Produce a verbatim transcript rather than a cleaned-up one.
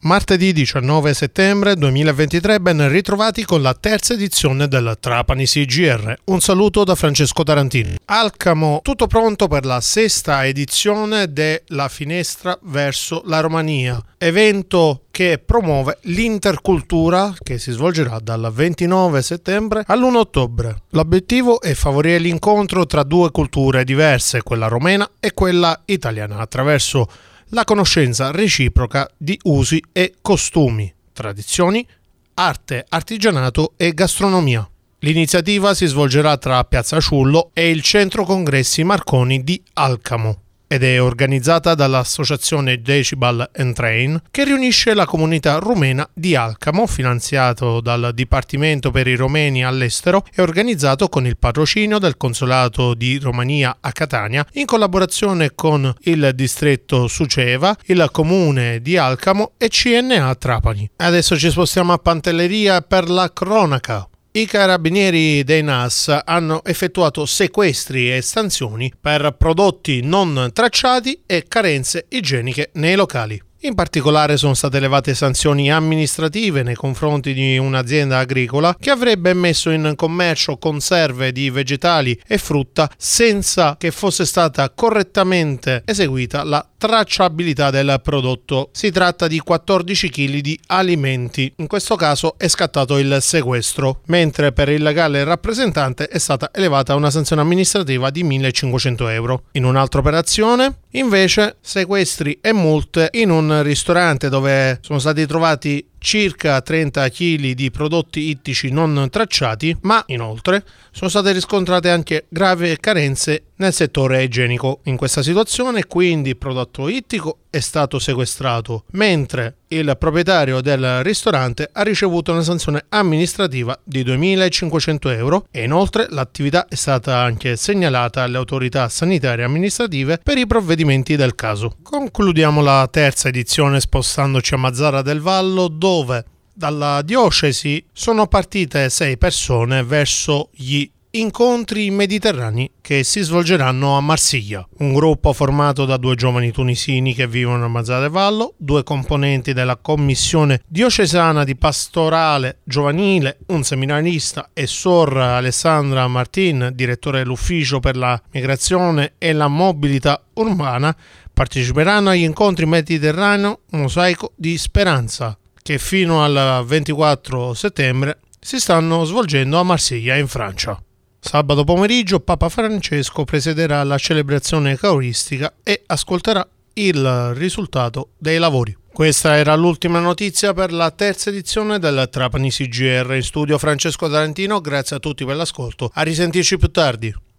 Martedì diciannove settembre duemilaventitré, ben ritrovati con la terza edizione del Trapani C G R. Un saluto da Francesco Tarantini. Alcamo, tutto pronto per la sesta edizione della Finestra verso la Romania, evento che promuove l'intercultura che si svolgerà dal ventinove settembre all'primo ottobre. L'obiettivo è favorire l'incontro tra due culture diverse, quella romena e quella italiana, attraverso la conoscenza reciproca di usi e costumi, tradizioni, arte, artigianato e gastronomia. L'iniziativa si svolgerà tra Piazza Ciullo e il Centro Congressi Marconi di Alcamo ed è organizzata dall'associazione Decibel and Train, che riunisce la comunità rumena di Alcamo, finanziato dal Dipartimento per i Romeni all'estero e organizzato con il patrocinio del Consolato di Romania a Catania, in collaborazione con il distretto Suceva, il comune di Alcamo e C N A Trapani. Adesso ci spostiamo a Pantelleria per la cronaca. I carabinieri dei N A S hanno effettuato sequestri e sanzioni per prodotti non tracciati e carenze igieniche nei locali. In particolare sono state elevate sanzioni amministrative nei confronti di un'azienda agricola che avrebbe messo in commercio conserve di vegetali e frutta senza che fosse stata correttamente eseguita la tracciabilità del prodotto. Si tratta di quattordici chili di alimenti. In questo caso è scattato il sequestro, mentre per il legale rappresentante è stata elevata una sanzione amministrativa di millecinquecento euro. In un'altra operazione, invece, sequestri e multe in un ristorante dove sono stati trovati circa trenta chili di prodotti ittici non tracciati, ma inoltre sono state riscontrate anche gravi carenze nel settore igienico. In questa situazione, quindi, il prodotto ittico è stato sequestrato, mentre il proprietario del ristorante ha ricevuto una sanzione amministrativa di duemilacinquecento euro e inoltre l'attività è stata anche segnalata alle autorità sanitarie amministrative per i provvedimenti del caso. Concludiamo la terza edizione spostandoci a Mazara del Vallo, dove dalla diocesi sono partite sei persone verso gli incontri mediterranei che si svolgeranno a Marsiglia. Un gruppo formato da due giovani tunisini che vivono a Mazara del Vallo, due componenti della commissione diocesana di pastorale giovanile, un seminarista e Sor Alessandra Martin, direttore dell'ufficio per la migrazione e la mobilità urbana, parteciperanno agli incontri mediterranei Mosaico di Speranza, che fino al ventiquattro settembre si stanno svolgendo a Marsiglia, in Francia. Sabato pomeriggio Papa Francesco presiederà la celebrazione eucaristica e ascolterà il risultato dei lavori. Questa era l'ultima notizia per la terza edizione del Trapani C G R. In studio Francesco Tarantino, grazie a tutti per l'ascolto, a risentirci più tardi.